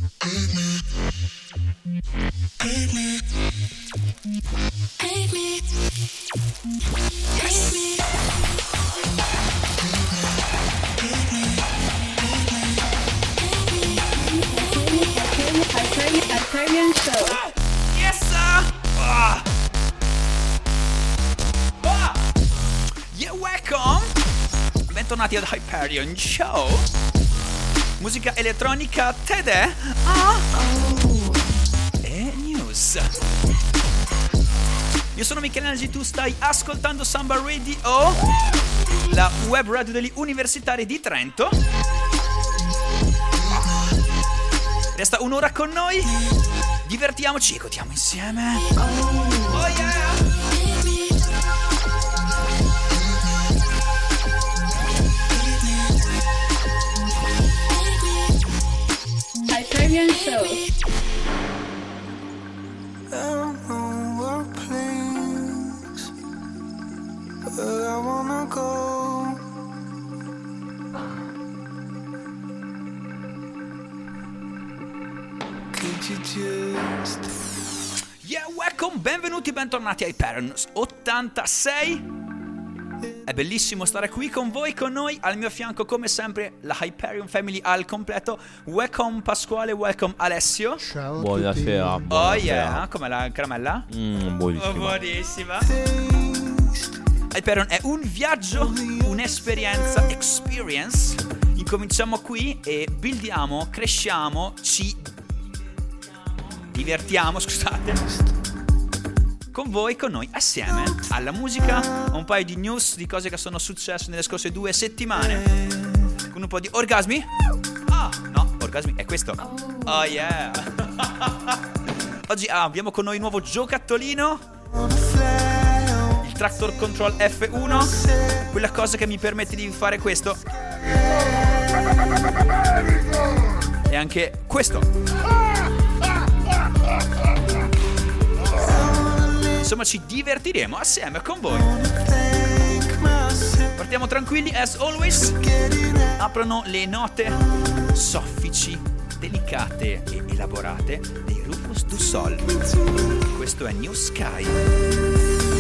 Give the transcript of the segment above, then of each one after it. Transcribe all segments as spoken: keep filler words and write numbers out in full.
Hyperion Show. Ah, yes! Ah. Ah. Yeah, welcome! Bentornati ad Hyperion Show. Musica elettronica Tede. Ah. Oh. E news. Io sono Michele Angi, tu stai ascoltando Samba Radio, la web radio degli universitari di Trento. Resta un'ora con noi, divertiamoci e godiamo insieme. Oh yeah! Hyperion Show. I wanna go. Could you just... Yeah, welcome, benvenuti, bentornati a Hyperion ottantasei. È bellissimo stare qui con voi, con noi. Al mio fianco, come sempre, la Hyperion Family al completo. Welcome Pasquale, welcome Alessio. Ciao a Buonasera, tutti. buonasera. Oh yeah, com'è la caramella? Mm, buonissima. Oh, buonissima. Hyperion è un viaggio, un'esperienza, experience. Incominciamo qui e buildiamo, cresciamo, ci divertiamo, scusate, con voi, con noi, assieme alla musica, a un paio di news di cose che sono successe nelle scorse due settimane, con un po' di orgasmi. Ah, no, orgasmi è questo. Oh yeah. Oggi ah, abbiamo con noi un nuovo giocattolino, il Tractor Control F uno, quella cosa che mi permette di fare questo e anche questo. Insomma, ci divertiremo assieme con voi. Partiamo tranquilli, as always. Aprono le note soffici, delicate e elaborate dei Rufus du Sol. Questo è New Sky.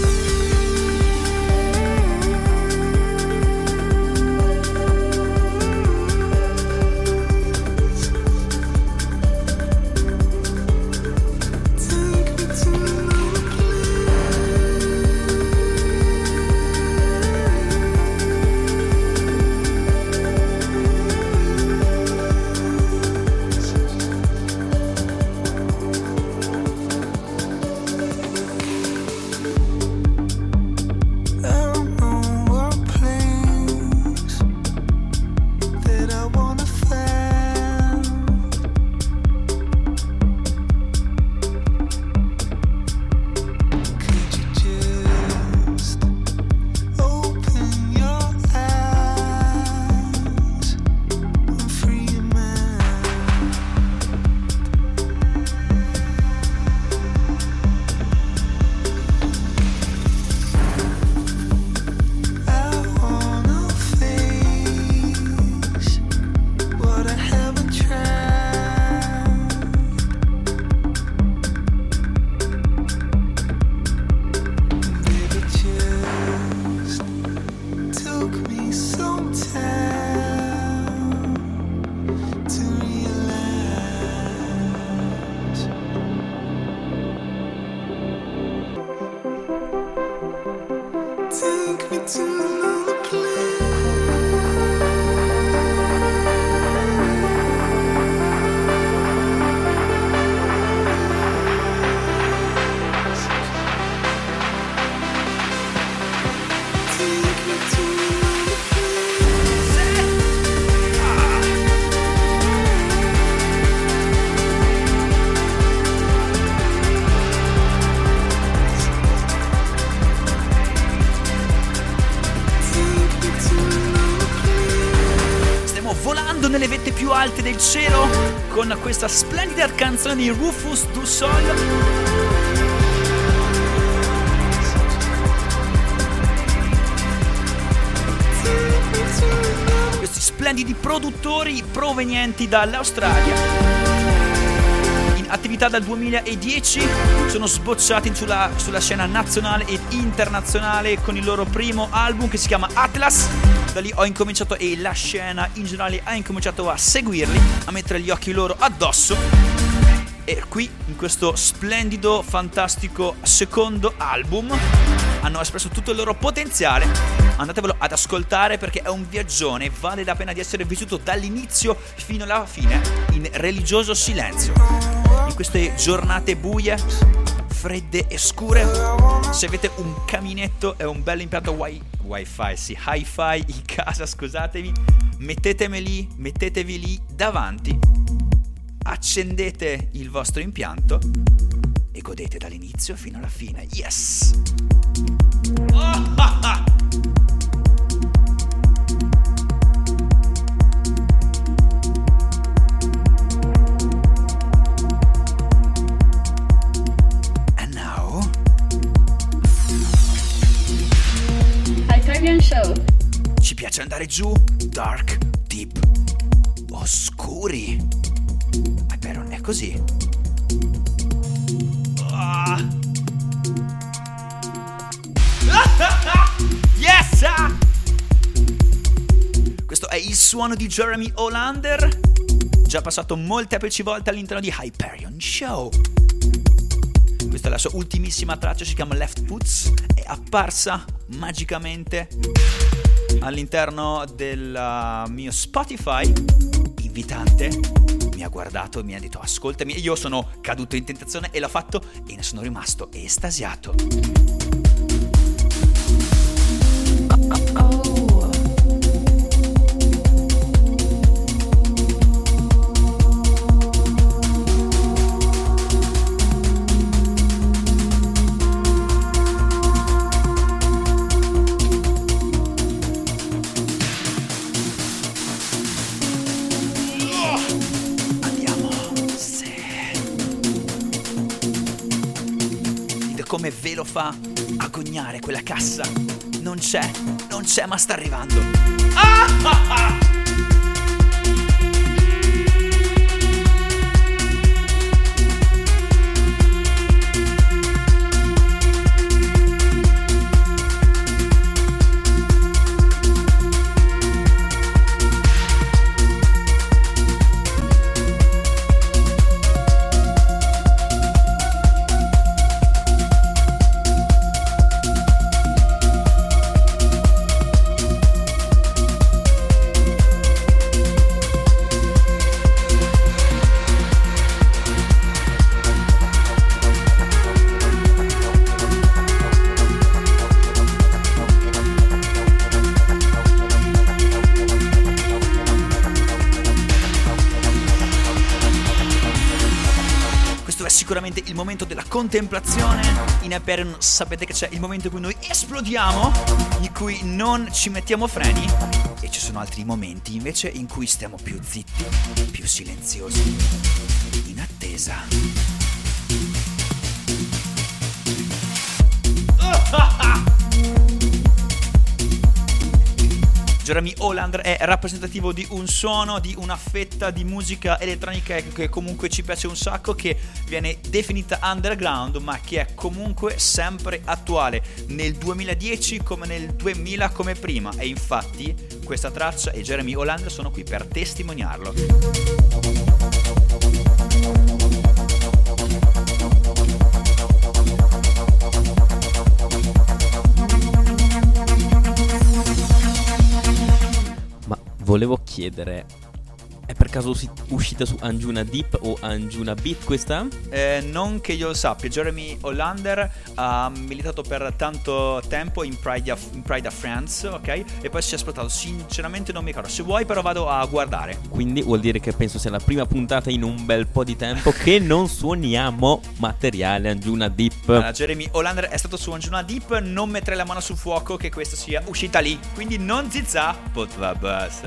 Nelle vette più alte del cielo con questa splendida canzone di Rufus du Sol. Questi splendidi produttori provenienti dall'Australia. in attività dal duemiladieci, sono sbocciati sulla, sulla scena nazionale ed internazionale con il loro primo album che si chiama Atlas. Da lì ho incominciato e la scena in generale ha incominciato a seguirli, a mettere gli occhi loro addosso. E qui, in questo splendido, fantastico secondo album, hanno espresso tutto il loro potenziale. Andatevelo ad ascoltare perché è un viaggione, vale la pena di essere vissuto dall'inizio fino alla fine in religioso silenzio. In queste giornate buie, fredde e scure, se avete un caminetto e un bel impianto wi- wifi, sì, hi-fi in casa, scusatemi, mettetemeli, mettetevi lì davanti, accendete il vostro impianto e godete dall'inizio fino alla fine. Yes! Oh, ah, ah. And now Hyperion Show. ci piace andare giù, dark, deep, oscuri. Hyperion è così. Ah. Yes! Questo è il suono di Jeremy Olander, già passato molteplici volte all'interno di Hyperion Show. Questa è la sua ultimissima traccia, si chiama Left Foots, è apparsa magicamente all'interno del uh, mio Spotify. Invitante mi ha guardato e mi ha detto ascoltami, e io sono caduto in tentazione e l'ho fatto e ne sono rimasto estasiato. Come ve lo fa agognare quella cassa? Non c'è, non c'è, ma sta arrivando. Ah, ah, ah! Sicuramente il momento della contemplazione. In Hyperion sapete che c'è il momento in cui noi esplodiamo, in cui non ci mettiamo freni, e ci sono altri momenti invece in cui stiamo più zitti, più silenziosi, in attesa. Jeremy Olander è rappresentativo di un suono, di una fetta di musica elettronica che comunque ci piace un sacco, che viene definita underground ma che è comunque sempre attuale nel duemiladieci come nel duemila come prima, e infatti questa traccia e Jeremy Olander sono qui per testimoniarlo. Volevo chiedere, è per caso uscita su Anjuna Deep o Anjuna Beat questa? Eh, non che io lo sappia. Jeremy Olander ha militato per tanto tempo in Pride of, in Pride of France, ok? E poi si è spostato, sinceramente non mi ricordo. Se vuoi però vado a guardare. Quindi vuol dire che penso sia la prima puntata in un bel po' di tempo che non suoniamo materiale Anjuna Deep. Allora, Jeremy Olander è stato su Anjuna Deep, non metterei la mano sul fuoco che questa sia uscita lì. Quindi non zizza, potrebbe essere.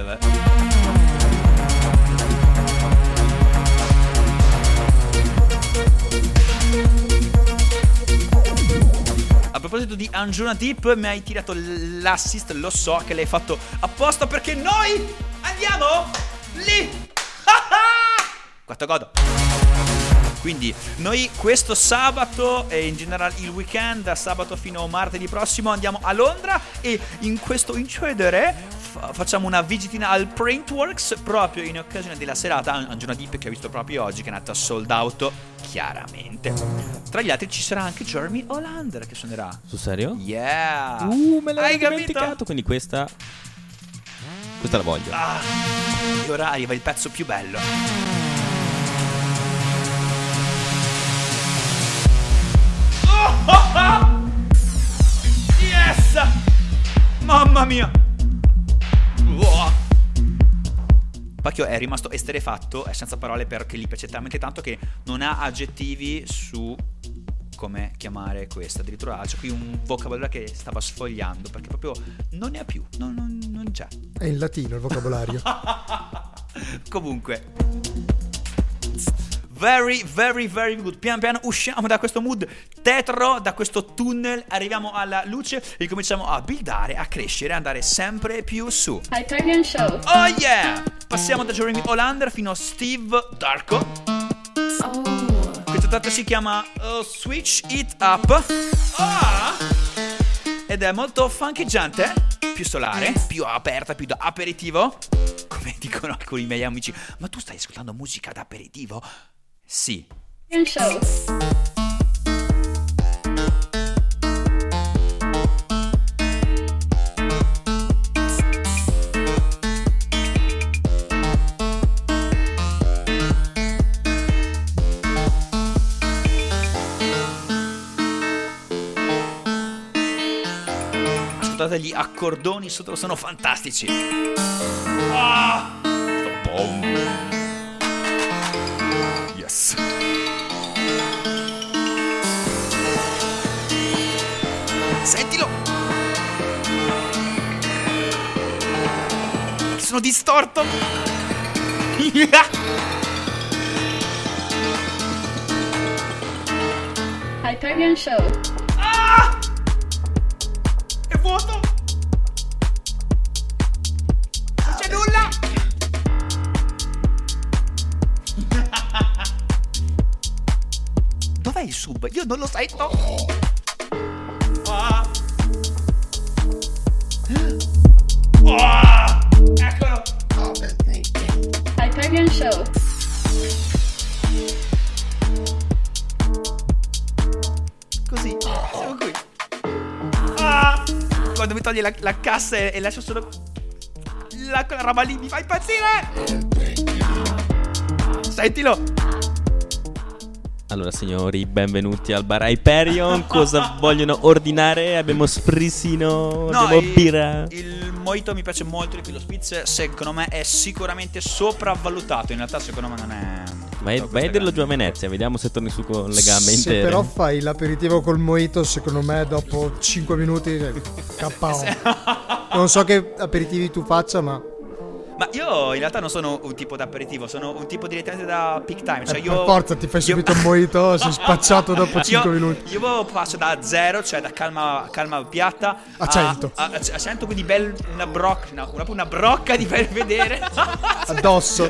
A proposito di Anjuna Deep, mi hai tirato l'assist, lo so che l'hai fatto apposta perché noi andiamo lì. Quanto godo. Quindi noi questo sabato e in generale il weekend, da sabato fino a martedì prossimo, andiamo a Londra e in questo incedere fa- facciamo una visitina al Printworks proprio in occasione della serata Anjuna Deep, che ho visto proprio oggi, che è nata sold out chiaramente. Tra gli altri ci sarà anche Jeremy Olander che suonerà. Sul serio? Yeah. Uh, me l'hai Hai capito? dimenticato. Quindi questa Questa la voglio. Ah, e ora arriva il pezzo più bello. Oh, oh, oh! Yes! Mamma mia! Wow. Pacchio è rimasto esterefatto, è senza parole, perché gli piace talmente tanto che non ha aggettivi su come chiamare questa. Addirittura c'è qui un vocabolario che stava sfogliando perché proprio non ne ha più, non, non, non c'è. È in latino il vocabolario. Comunque, very very very good. Pian piano usciamo da questo mood tetro, da questo tunnel, arriviamo alla luce e cominciamo a buildare, a crescere, a andare sempre più su. Hyperion Show. Oh yeah! Passiamo da Jeremy Olander fino a Steve Darko. Oh. Questa tratta si chiama uh, Switch It Up. Ah! Ed è molto funcheggiante, più solare, più aperta, più da aperitivo. Come dicono alcuni miei amici, ma tu stai ascoltando musica da aperitivo? Sì. Hyperion Show. Ascoltate gli accordoni sotto, sono fantastici. Ah! Boom. Yes. Sentilo. Sono distorto. Hyperion Show. Ah! È vuoto. Non c'è nulla. Dov'è il sub? Io non lo sento. Ah. Ah. Eccolo. Hyperion Show. Così, siamo qui. Ah. Quando mi togli la, la cassa e, e lascio solo la, quella roba lì, mi fa impazzire. Sentilo. Allora signori, benvenuti al bar Hyperion. Cosa vogliono ordinare? Abbiamo sprissino, No, abbiamo il, birra. il mojito mi piace molto di più. Lo spritz secondo me è sicuramente sopravvalutato. In realtà secondo me non è. Vai, vai a dirlo giù a Venezia, vediamo se torni su con le gambe Se intere. però fai l'aperitivo col mojito, secondo me dopo cinque minuti K O. Non so che aperitivi tu faccia, ma Ma io in realtà non sono un tipo d'aperitivo, sono un tipo direttamente da peak time. Cioè eh, io, per forza ti fai io- subito un mojito, sei spacciato dopo cinque io, minuti. Io passo da zero, cioè da calma, calma piatta A cento. a, a, a cento, quindi bel, una brocca, no, una, una brocca di bel vedere. Addosso.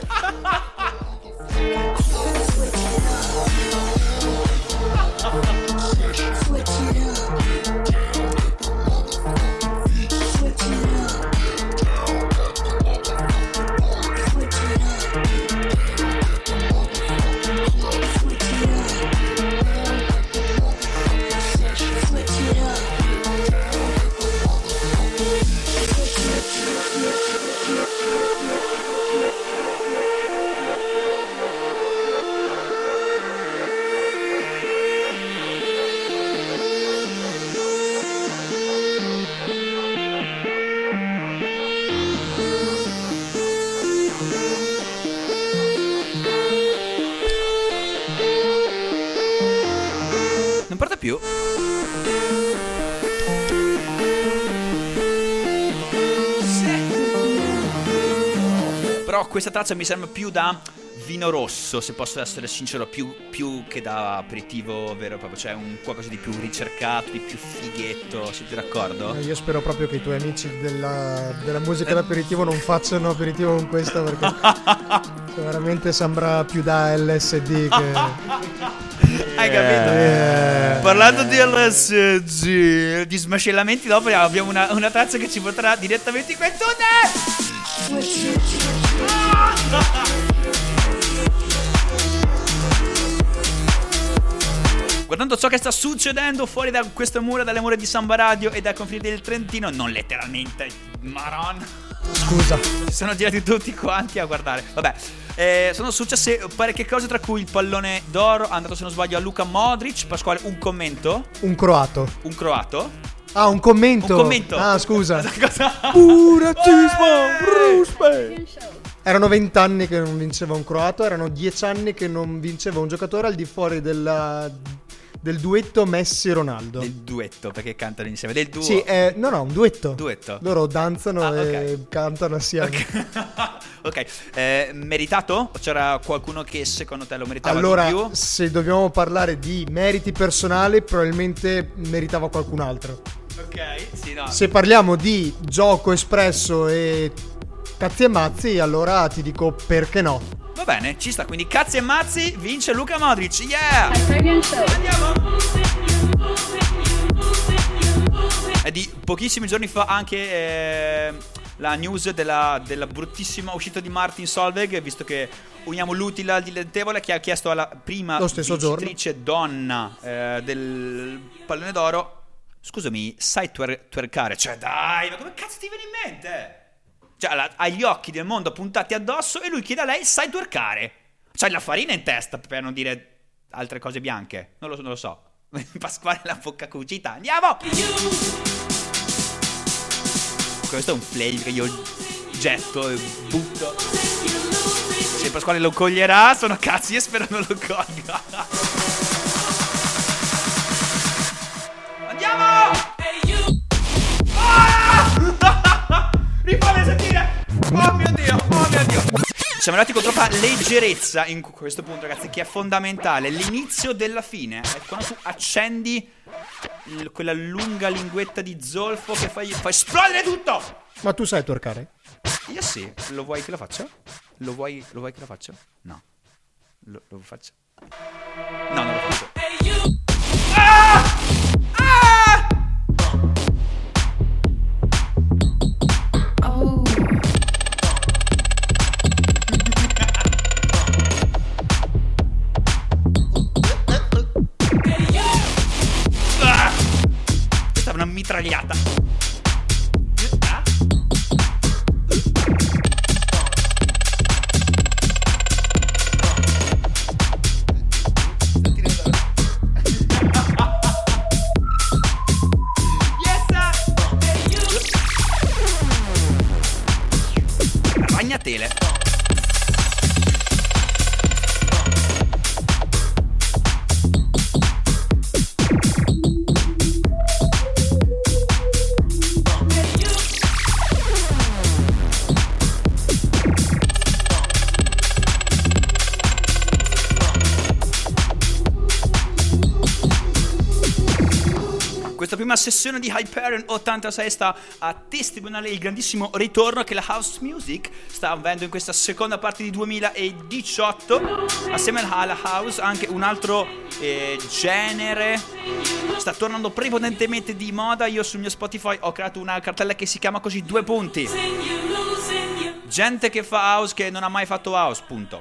Non parte più. Sì. Però questa traccia mi sembra più da vino rosso, se posso essere sincero, più, più che da aperitivo vero e proprio, cioè un qualcosa di più ricercato, di più fighetto, siete d'accordo? Eh, Io spero proprio che i tuoi amici della, della musica d'aperitivo non facciano aperitivo con questo, perché veramente sembra più da L S D che... Hai capito? Eh. Parlando di L S D, di smascellamenti, dopo abbiamo una, una traccia che ci porterà direttamente in quel tunnel. Guardando ciò che sta succedendo fuori da queste mura, dalle mura di Samba Radio e dai confini del Trentino, non letteralmente, Maron. Scusa. Si sono girati tutti quanti a guardare. Vabbè, eh, sono successe parecchie cose, tra cui il pallone d'oro andato, se non sbaglio, a Luka Modric. Pasquale, un commento? Un croato. Un croato? Ah, un commento. Un commento. Ah, scusa. Cosa? Pura Ruspe. Italian Show. Erano vent'anni che non vinceva un croato, erano dieci anni che non vinceva un giocatore al di fuori della, del duetto Messi-Ronaldo. Del duetto, perché cantano insieme. Del duo. Sì, eh, no, no, un duetto. Duetto. Loro danzano Ah, e ok. cantano assieme. Ok, ok. Eh, meritato? O c'era qualcuno che secondo te lo meritava Allora, di più? se dobbiamo parlare di meriti personali, probabilmente meritava qualcun altro. Ok, sì, no. Se parliamo di gioco espresso e cazzi e mazzi, allora ti dico perché no. Va bene, ci sta. Quindi cazzi e mazzi, vince Luka Modric. Yeah! Italian Show. Andiamo! È di pochissimi giorni fa anche eh, la news della, della bruttissima uscita di Martin Solveig, visto che uniamo l'utile al dilettevole, che ha chiesto alla prima Lo stesso vincitrice donna eh, del pallone d'oro: scusami, sai twer- twerkare? Cioè dai, ma come cazzo ti viene in mente? Cioè la- ha gli occhi del mondo puntati addosso e lui chiede a lei: sai twerkare? C'hai la farina in testa, per non dire altre cose bianche. Non lo, non lo so. Pasquale la bocca cucita. Andiamo! Questo è un flame che io getto e butto. Se Pasquale lo coglierà, sono cazzi e spero non lo colga. Andiamo! Ah! Rifammi sentire! Oh mio Dio, oh mio Dio! Siamo arrivati con troppa leggerezza in questo punto, ragazzi, che è fondamentale. L'inizio della fine è quando tu accendi l- quella lunga linguetta di zolfo che fa, fa esplodere tutto. Ma tu sai twerkare? Io sì. Lo vuoi che lo faccia? Lo vuoi, lo vuoi che lo faccia? No. Lo, lo faccio? No, non lo faccio. Ah! Ah! Oh. Ah! Questa è una mitragliata. Ah! Ragnatele. Questa prima sessione di Hyperion ottantasei sta a testimoniare il grandissimo ritorno che la house music sta avendo in questa seconda parte di duemiladiciotto. Assieme alla house anche un altro eh, genere sta tornando prepotentemente di moda. Io sul mio Spotify ho creato una cartella che si chiama così, due punti: gente che fa house che non ha mai fatto house, punto.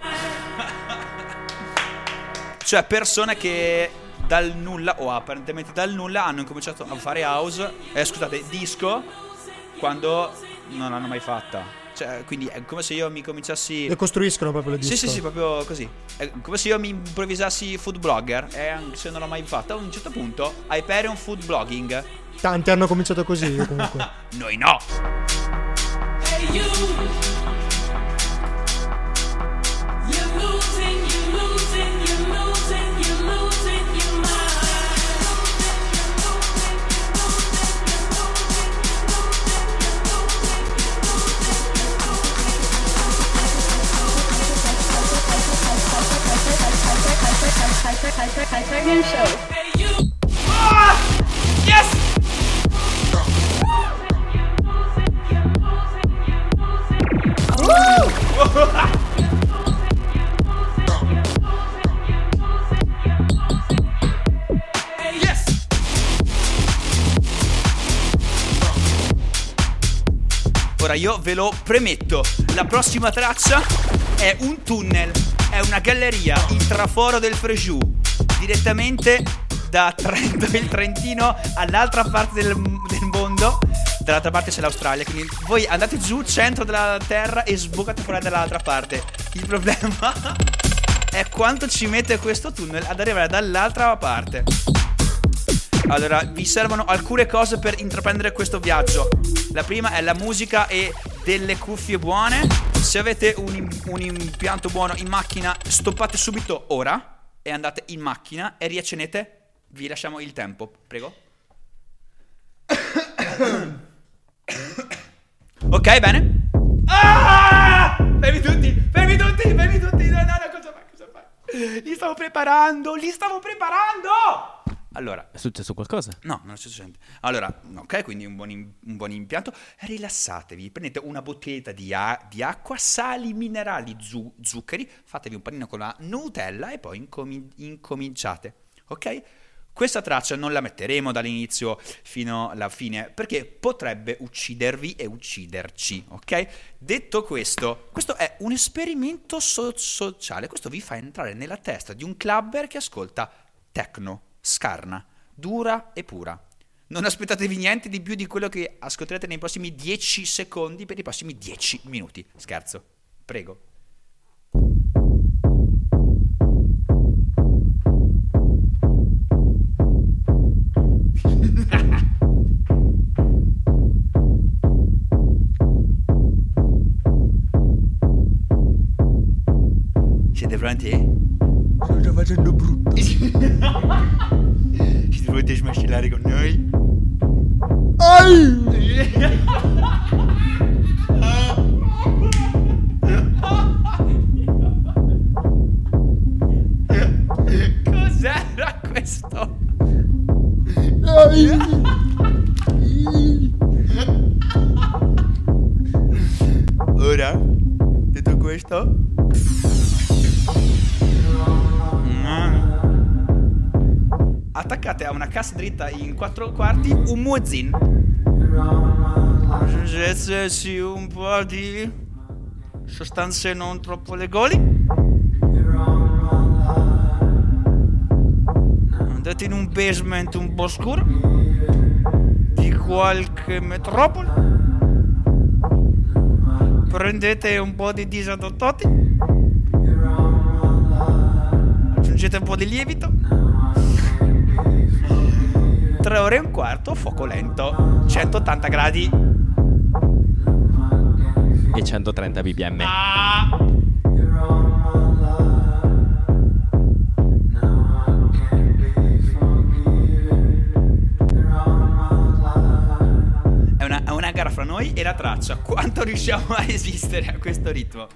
Cioè persone che dal nulla, o apparentemente dal nulla, hanno incominciato a fare house, eh, scusate, disco, quando non l'hanno mai fatta. Cioè, quindi è come se io mi cominciassi... Le costruiscono proprio le disco. Sì, sì, sì, proprio così. È come se io mi improvvisassi food blogger, e anche se non l'ho mai fatta, a un certo punto, Hyperion food blogging. Tanti hanno cominciato così comunque. Noi no! Hyperion Show. Ah! Yes! Yes! Ora io ve lo premetto, la prossima traccia è un tunnel, è una galleria, il traforo del Frejus, direttamente da Trento, il Trentino, all'altra parte del, del mondo. Dall'altra parte c'è l'Australia, quindi voi andate giù, centro della terra, e sbucate fuori dall'altra parte. Il problema è quanto ci mette questo tunnel ad arrivare dall'altra parte. Allora, vi servono alcune cose per intraprendere questo viaggio. La prima è la musica e delle cuffie buone. Se avete un, un impianto buono in macchina, stoppate subito ora e andate in macchina e riaccendete. Vi lasciamo il tempo, prego. Ok, bene. Ah! Fermi tutti, fermi tutti, fermi tutti. No, no, no, cosa fai, cosa fai? Li stavo preparando, li stavo preparando. Allora, È successo qualcosa? no, non è successo niente. Allora, ok, quindi un buon, im- un buon impianto. Rilassatevi, prendete una bottiglietta di, a- di acqua, sali minerali, zu- zuccheri, fatevi un panino con la Nutella e poi incomi- incominciate, ok? Questa traccia non la metteremo dall'inizio fino alla fine perché potrebbe uccidervi e ucciderci, ok? Detto questo, questo è un esperimento so- sociale. Questo vi fa entrare nella testa di un clubber che ascolta techno, scarna, dura e pura. Non aspettatevi niente di più di quello che ascolterete nei prossimi dieci secondi per i prossimi dieci minuti. Scherzo, prego. Siete pronti? Sto già facendo brutto. Siete pronti a smascellare con noi? Cos'era questo? Ora, detto questo, attaccate a una cassa dritta in quattro quarti un muezzin. Aggiungeteci un po' di sostanze non troppo legali. Andate in un basement un po' scuro di qualche metropoli. Prendete un po' di disadattati. Aggiungete un po' di lievito. Tre ore e un quarto, fuoco lento, centottanta gradi E centotrenta ppm. ah! È una, è una gara fra noi e la traccia. Quanto riusciamo a resistere a questo ritmo?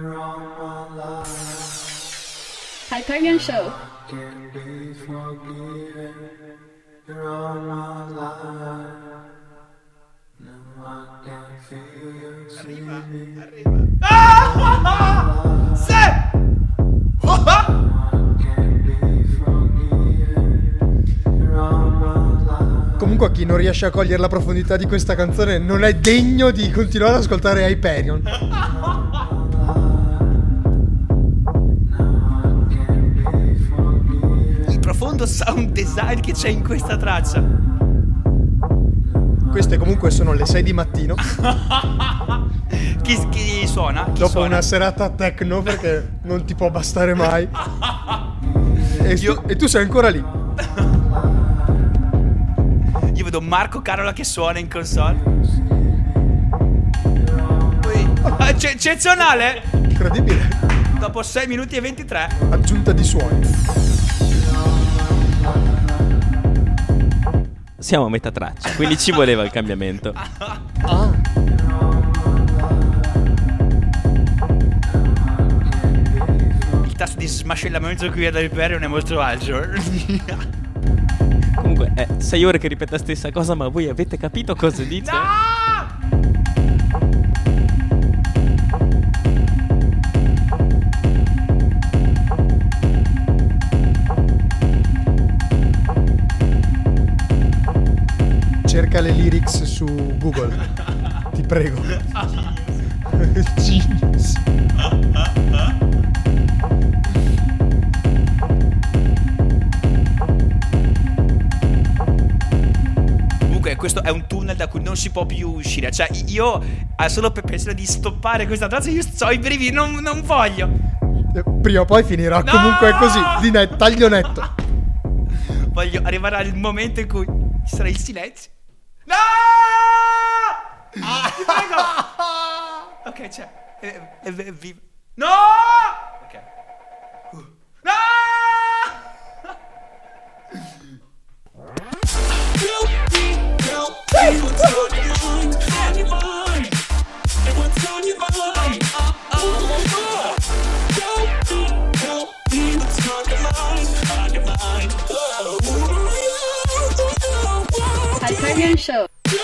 Hyperion Show. Arriva, arriva. Ah! Sì! Ah! Comunque a chi non riesce a cogliere la profondità di questa canzone non è degno di continuare ad ascoltare Hyperion. Il profondo sound design che c'è in questa traccia. Queste comunque sono le sei di mattino, Chi, chi suona? Chi dopo suona? una serata techno, perché non ti può bastare mai. E, Io- tu, e tu sei ancora lì. Io vedo Marco Carola che suona in console. Poi, ah, c'è eccezionale. Incredibile. Dopo sei minuti e ventitré. Aggiunta di suoni. Siamo a metà traccia, quindi ci voleva il cambiamento. Ah. Il tasso di smascellamento qui ad Hyperion è molto alto. Comunque è sei ore che ripete la stessa cosa, ma voi avete capito cosa dice? No! Cerca le lyrics su Google, ti prego. Genius. Comunque questo è un tunnel da cui non si può più uscire. Cioè io solo per pensare di stoppare questa traccia io sto i brividi, non, non voglio. Prima o poi finirà, No! comunque è così, di net, taglio netto. Voglio arrivare al momento in cui ci sarà il silenzio. No! Ti prego! Ok, c'è. È, è, è vivo. No! Ok. Uh. No! Hyperion Show.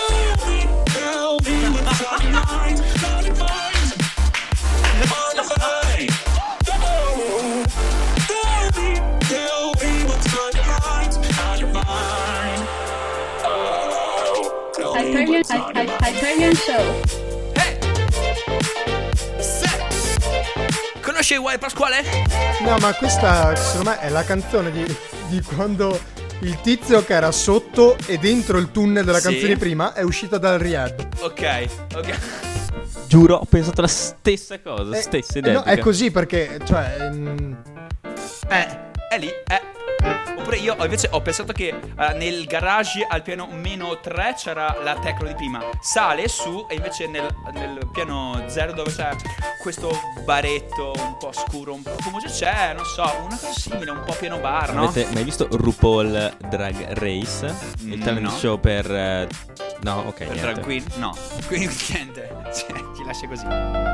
Hyperion, Hy- Hy- Hyperion Show. Hey! Se- Conosci Wild Pasquale? No, ma questa secondo me è la canzone di, di quando il tizio che era sotto e dentro il tunnel della Sì. canzone prima è uscito dal rehab. Ok, ok. Giuro, ho pensato la stessa cosa, Eh, stessa eh, identica. no, è così perché, cioè... mm, Eh, è lì, eh. Oppure io invece ho pensato che eh, nel garage al piano meno tre c'era la tecno di prima. Sale su e invece nel, nel piano zero dove c'è questo baretto un po' scuro, un po' fumoso, c'è, non so, una cosa simile, un po' pieno bar, no? Avete mai visto RuPaul Drag Race? Il Mm, talent no. show per... eh, No, ok, Per niente. drag queen? No, quindi niente, cioè, ti lascia così.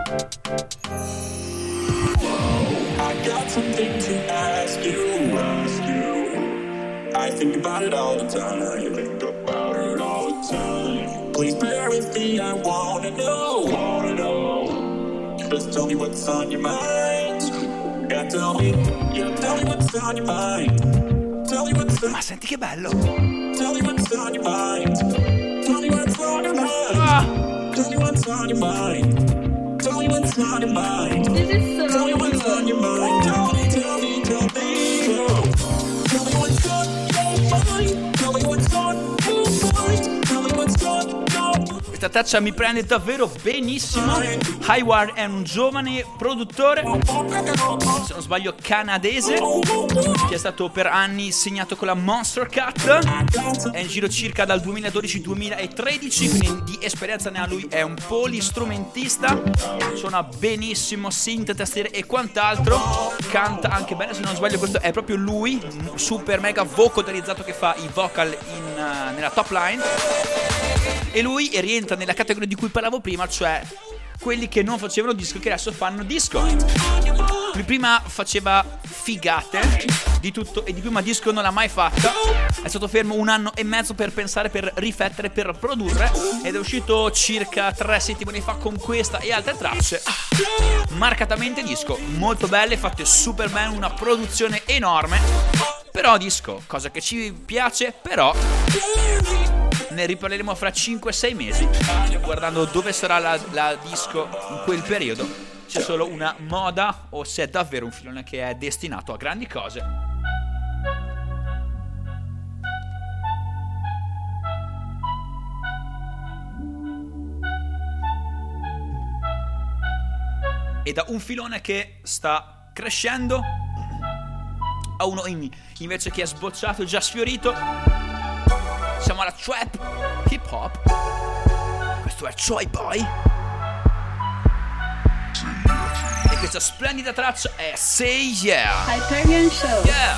I got something to ask you, ask you. I think about it all the time. I think about it all the time. Please bear with me, I wanna know, wanna know. Just tell me what's on your mind. Yeah, tell me, yeah, tell me what's on your mind. Tell me what's on, Ma senti che bello! tell me what's on your mind. Tell me what's on your mind. Ah! Tell me what's on your mind. Tell me what's on your mind. This is Tell me so what's on good. your mind. Tell me, tell me, tell me. Tell me what's on your mind. Tell me what's on your mind. Tell me what's on your mind. Questa traccia mi prende davvero benissimo. Hayward è un giovane produttore, se non sbaglio canadese, che è stato per anni segnato con la Monster Cat. È in giro circa dal duemiladodici duemilatredici, quindi di esperienza ne ha lui. È un polistrumentista, suona benissimo synth, tastiere e quant'altro. Canta anche bene, se non sbaglio questo è proprio lui, un super mega vocalizzato che fa i vocal in, uh, nella top line. E lui rientra nella categoria di cui parlavo prima, cioè quelli che non facevano disco che adesso fanno disco. Lui prima faceva figate di tutto e di più, ma disco non l'ha mai fatta. È stato fermo un anno e mezzo per pensare, per riflettere, per produrre, ed è uscito circa tre settimane fa con questa e altre tracce. Marcatamente disco, molto belle, fatte super bene, una produzione enorme. Però disco, cosa che ci piace, però ne riparleremo fra cinque sei mesi, guardando dove sarà la, la disco in quel periodo. C'è solo una moda o se è davvero un filone che è destinato a grandi cose. E da un filone che sta crescendo a uno in, invece che è sbocciato e già sfiorito. Siamo alla trap hip hop. Questo è Troy Boy. E questa splendida traccia è Say Yeah. Hyperion Show. Yeah.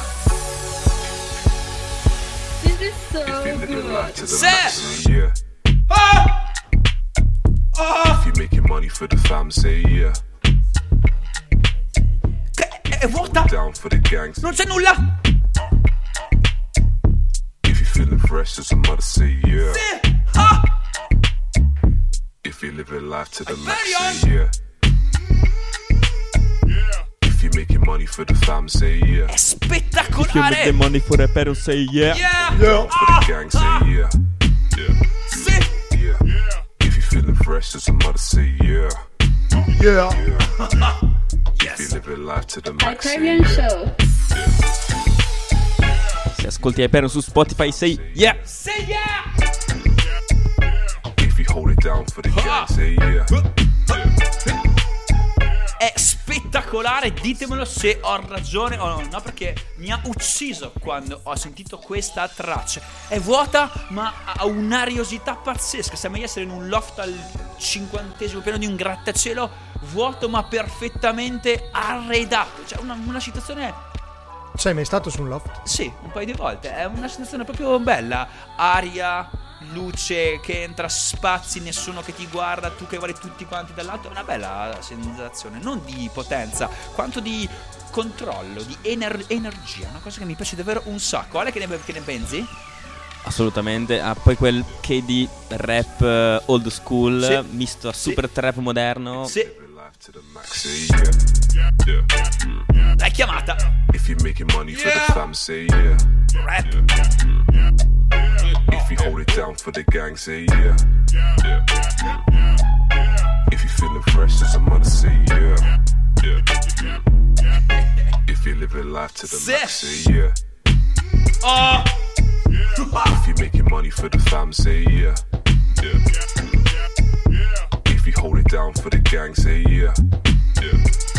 This is so good. Say. Yeah. Ah! Ah! If you're making money for the fam, say yeah. Che- è vuota. Down for the gangs. Non c'è nulla. If you feeling fresh, as a mother say yeah. Sì. Ah. If you living life to the Hyperion. max, say yeah. If you making money for the fam, say yeah. È If you make spettacolare. the money for a pair, say yeah. Yeah. Yeah. For the gang, say yeah. Yeah. Sì. Yeah. If you feeling fresh, as a mother say yeah. Yeah. If you living life to the max, say Hyperion yeah. Show. Se ascolti Hyperion su Spotify, say yeah. Say yeah. If you hold it down for the gang, say yeah. È spettacolare, ditemelo se ho ragione o no, perché mi ha ucciso quando ho sentito questa traccia. È vuota ma ha un'ariosità pazzesca, sembra di essere in un loft al cinquantesimo piano di un grattacielo, vuoto ma perfettamente arredato. Cioè una, una situazione... Sei mai stato su un loft? Sì, un paio di volte, è una sensazione proprio bella. Aria, luce che entra, spazi, nessuno che ti guarda, tu che guardi tutti quanti dall'alto. È una bella sensazione, non di potenza, quanto di controllo, di ener- energia. Una cosa che mi piace davvero un sacco. Ale, che ne, che ne pensi? Assolutamente. Ha poi quel che di rap eh, old school, Sì. misto a Sì. super trap moderno. Sì, Living life to the max, say yeah. Yeah. l'hai chiamata. If you making money for Yeah. the fam, say yeah. Rap. If you hold it down for the gang, say yeah. Yeah. If you feeling fresh, as a mother, say yeah. Yeah. If you living life to the Sick. max, say yeah. Oh, If you making money for the fam, say yeah. Yeah. If you hold it down for the gang, say yeah. Yeah.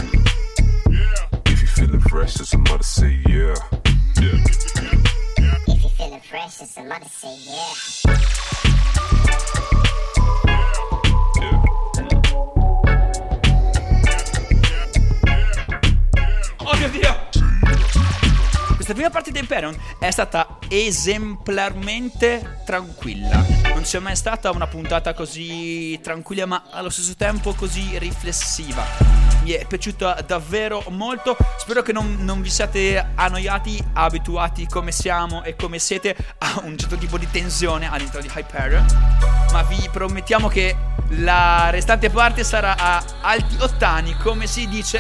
If you feeling fresh, as a mother, say yeah. Yeah. If you're feeling fresh, as a mother say yeah. oh mio Dio. Questa prima parte di Hyperion è stata esemplarmente tranquilla. Non c'è mai stata una puntata così tranquilla ma allo stesso tempo così riflessiva. Mi è piaciuta davvero molto. Spero che non, non vi siate annoiati, abituati come siamo e come siete a un certo tipo di tensione all'interno di Hyperion. Ma vi promettiamo che la restante parte sarà a alti ottani, come si dice.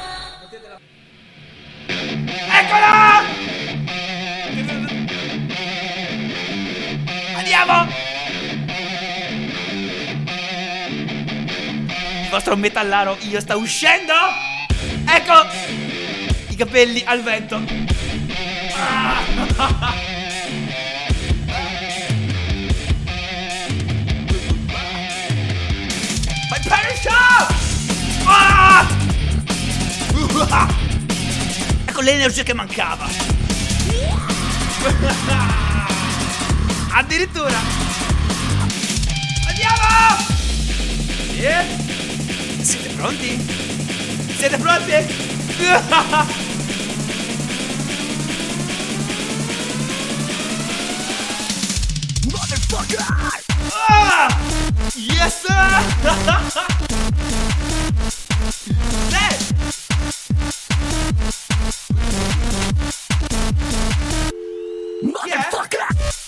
Eccola! Andiamo! Il vostro metallaro io sta uscendo! Ecco! I capelli al vento! Ah! Hyperion Show! Ah! Uh! Ecco l'energia che mancava. Addirittura. Andiamo. Yeah. Siete pronti? Siete pronti? Motherfucker. Ah! Yes. Sì. Motherfucker!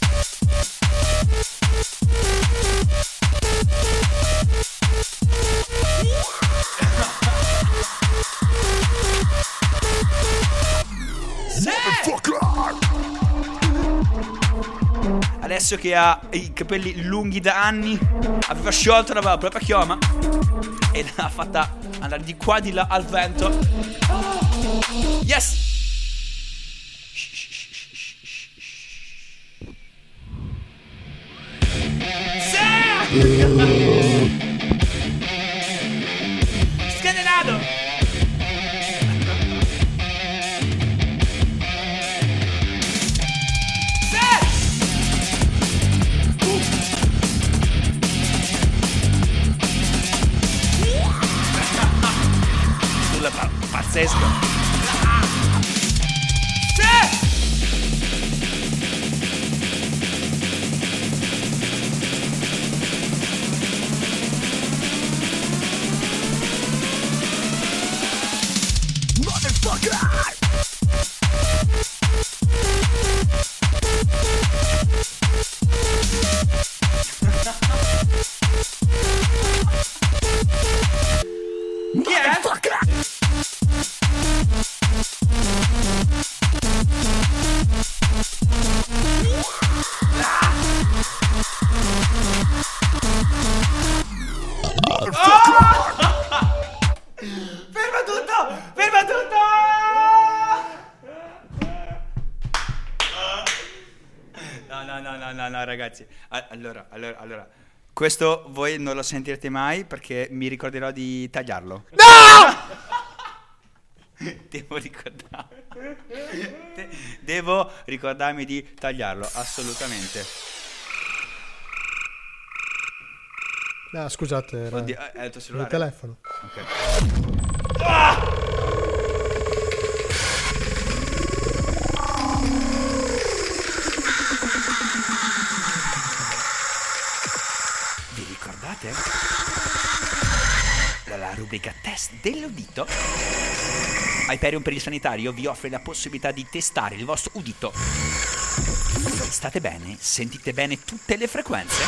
Adesso che ha i capelli lunghi da anni, aveva sciolto la propria chioma e l'ha fatta andare di qua di là al vento. Yes! Scatenato! Sulla pa- pazzesco! no, no, no, ragazzi. Allora, allora, allora. Questo voi non lo sentirete mai perché mi ricorderò di tagliarlo. No! Devo ricordare. De- devo ricordarmi di tagliarlo, assolutamente. No, scusate, era Oddio, è il tuo il cellulare? telefono. Ok. Ah! Vi ricordate? Dalla rubrica test dell'udito, Hyperion per il sanitario vi offre la possibilità di testare il vostro udito. State bene? Sentite bene tutte le frequenze?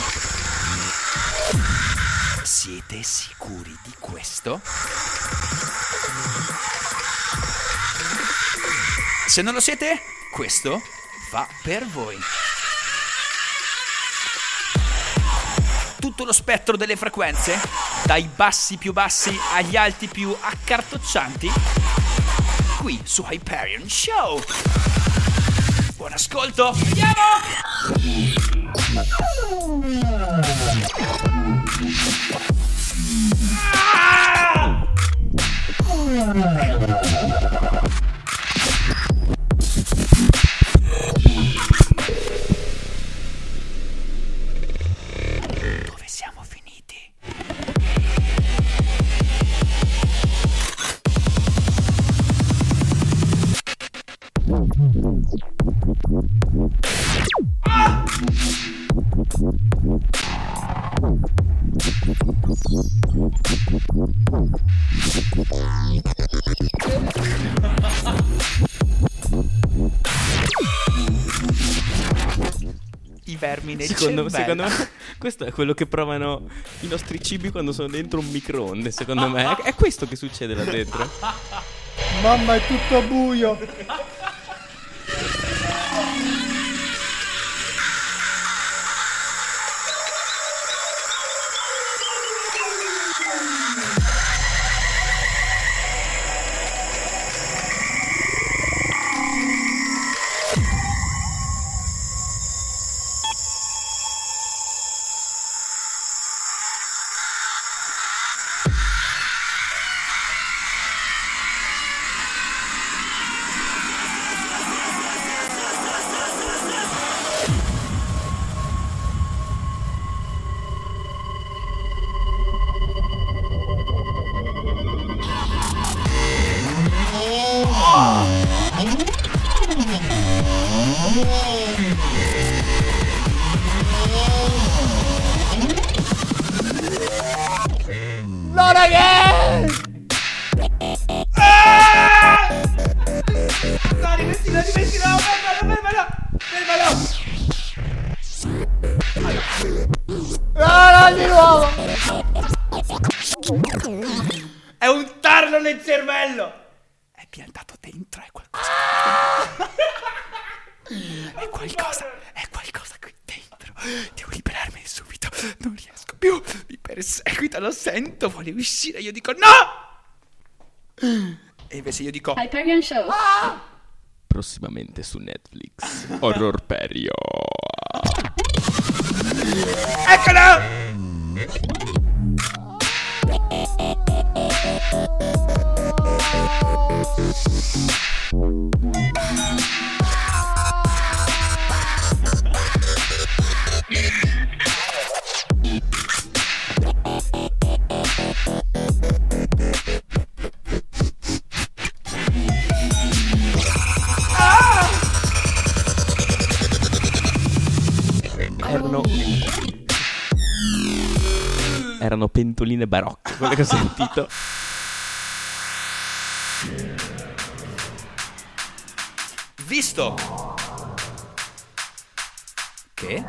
Siete sicuri di questo? Se non lo siete, questo fa per voi. Tutto lo spettro delle frequenze, dai bassi più bassi agli alti più accartoccianti, qui su Hyperion Show. Buon ascolto, andiamo! Ah! Dove siamo finiti? Ah! I vermi nel Secondo, cervello. secondo me questo è quello che provano i nostri cibi quando sono dentro un microonde. Secondo me è, è questo che succede là dentro. Mamma, è tutto buio. No, ragazzi! Ah! No, rimettilo, rimettilo, fermalo, fermalo, fermalo. No, no, di nuovo! È un tarlo nel cervello. È piantato dentro, è qualcosa. È qualcosa, è qualcosa qui dentro. Devo liberarmene subito. Non riesco più. Mi perseguita, lo sento, vuole uscire. Io dico no! E invece io dico Hyperion Show. Prossimamente su Netflix. Horrorperio. eccola! Erano Erano pentoline barocche, quelle che ho sentito. Visto che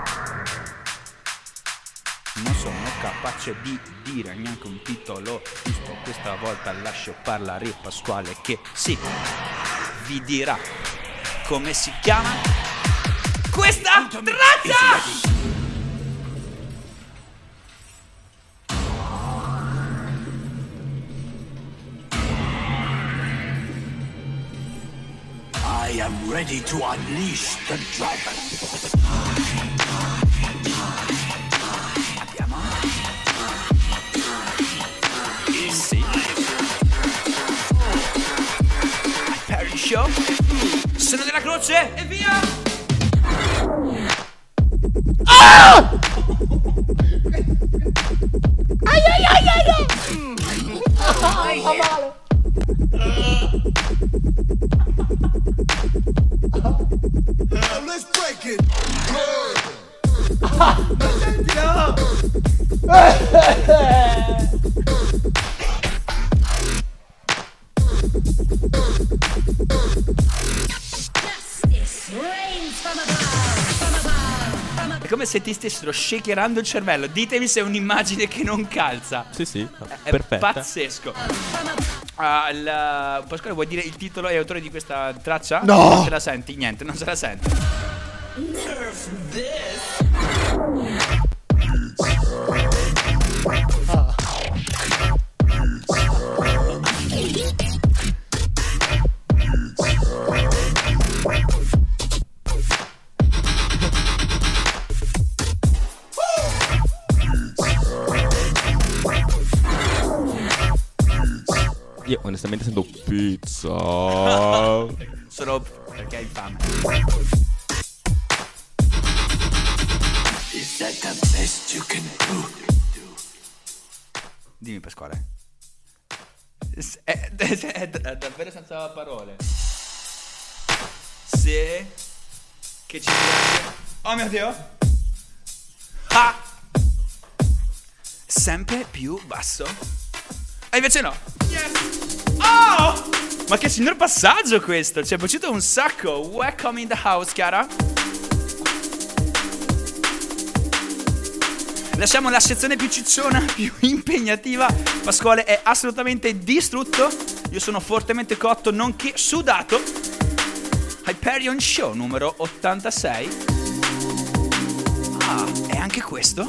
non sono capace di dire neanche un titolo giusto, questa volta lascio parlare Pasquale che sì, vi dirà come si chiama questa traccia! I am ready to unleash the dragon. Abbiamo. Sì. Hyperion Show. Seno della croce e via. Ah! Ai ai ai ai ai! Fa male. Let's break it. No. È come se ti stessero shakerando il cervello. Ditemi se è un'immagine che non calza. Sì, sì, È perfetta. pazzesco. Ah, il- Pasquale, vuoi dire il titolo e autore di questa traccia? No. Non te la senti? Niente, non se la sente. Io onestamente sento pizza. Solo perché hai fame. Is that the best you can do? Dimmi, Pasquale. S- È, è- è- è davvero senza parole. Se che ci piace. Oh mio Dio. Ah. Sempre più basso. E invece no. Yes. Oh! Ma che signor passaggio questo. Ci è piaciuto un sacco. Welcome in the house, cara. Lasciamo la sezione più cicciona, più impegnativa. Pasquale è assolutamente distrutto. Io sono fortemente cotto, nonché sudato. Hyperion Show numero ottantasei. Ah, e anche questo.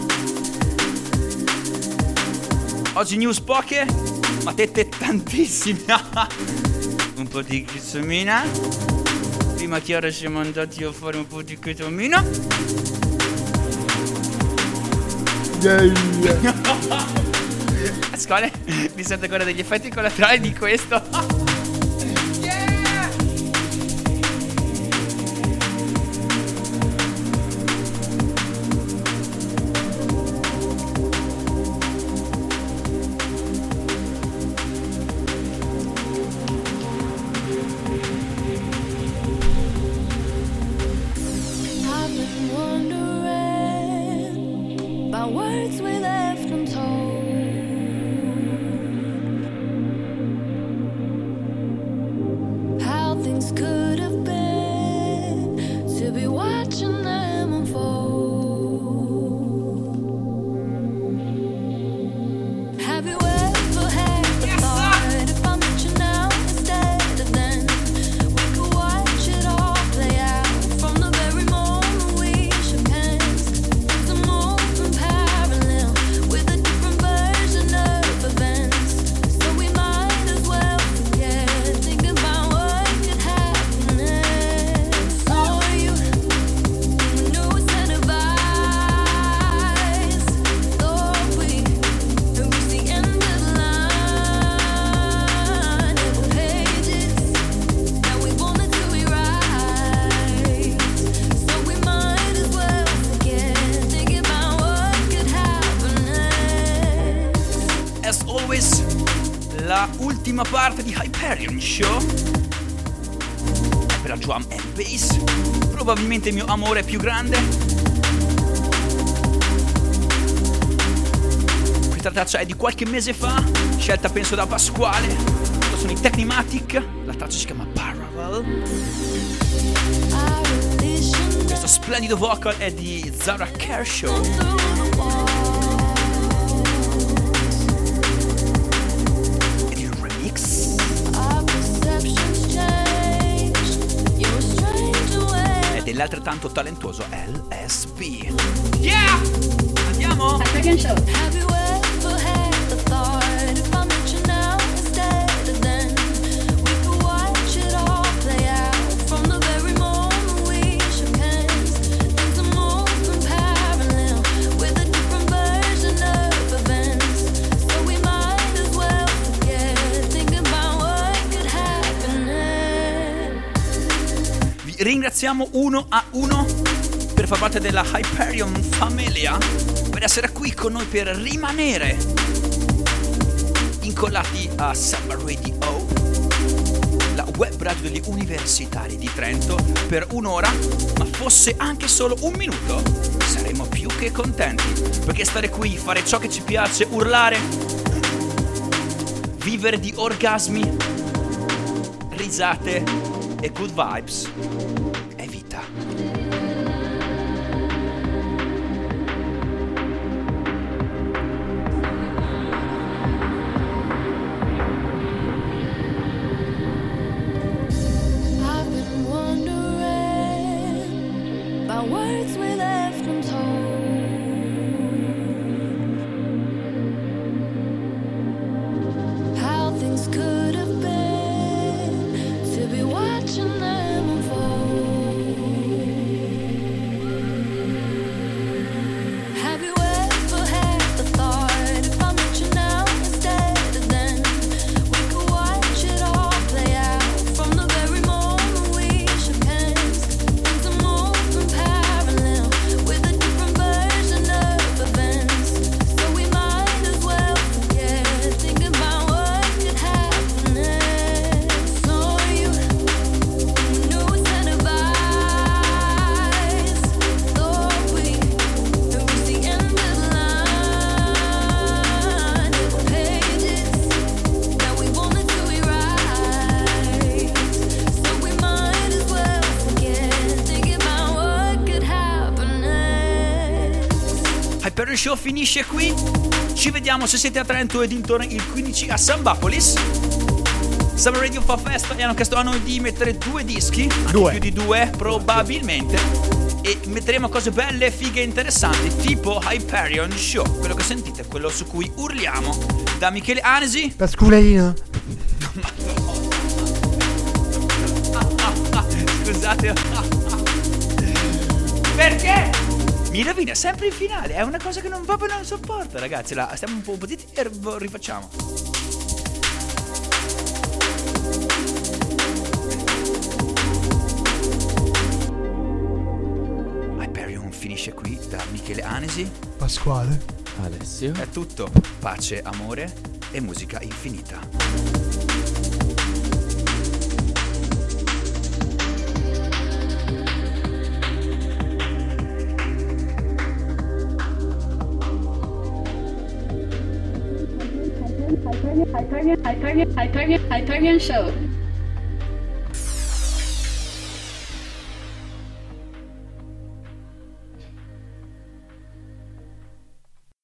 Oggi news poche, ma tette tantissime. Un po' di chizzomina. Prima Chiara siamo andati a fare un po' di ketamina. Pasquale, mi sento ancora degli effetti collaterali di questo. Yeah! I've been wondering about words we left untold. How things could have been to be watching them unfold. Have you ever had the thought if I met you now instead of then? We could watch it all play out from the very moment we shook hands. Things are moving parallel with a different version of events. So we might as well forget, think about what could happen next. Saw you in a new set of eyes. Thought we had reached the end of the line. There were pages that we wanted to rewrite. So we might as well forget, think about what could happen next. As always, la ultima parte di Hyperion Show è per la drum and bass, probabilmente il mio amore più grande. Questa traccia è di qualche mese fa, scelta penso da Pasquale. Loro sono i Technimatic, la traccia si chiama Parallel. Questo splendido vocal è di Zara Kershaw. Ed il remix è dell'altrettanto talentuoso L S B. Yeah! Andiamo! Hyperion Show. Have you ever had the thought if I met you now instead of then? We could watch it all play out from the ringraziamo uno a uno per far parte della Hyperion Famiglia, per essere qui con noi, per rimanere incollati a Samba Radio, la web radio degli universitari di Trento, per un'ora, ma fosse anche solo un minuto, saremo più che contenti, perché stare qui, fare ciò che ci piace, urlare, vivere di orgasmi, risate e good vibes è vita. I've been wondering about words we left untold. How things could have been to be watching them unfold. Have you ever had the thought, if I met you now instead of then, we could watch it all play out from the very moment we shook hands. Things are moving parallel with a different version of events, so we might as well forget thinking about what could happen next. Saw you, knew a set of eyes, thought we reached the end of the line. There were pages that we wanted to rewrite, so we might as well forget thinking about what could happen next. Hyperion Show finisce qui. Ci vediamo, se siete a Trento e dintorni, il quindici a Sambapolis. Samba Radio fa festa e hanno chiesto a noi di mettere due dischi, anche Due. più di due probabilmente, e metteremo cose belle, fighe e interessanti, tipo Hyperion Show, quello che sentite, quello su cui urliamo, da Michele Anesi. Pasqualino. Scusate. Perché? Mi rovina sempre il finale, è una cosa che non proprio non sopporto, ragazzi. La, stiamo un po' zitti e rifacciamo. Hyperion finisce qui, da Michele Anesi. Pasquale. Alessio. È tutto, pace, amore e musica infinita. Hyperion, Hyperion, Hyperion, Hyperion Show.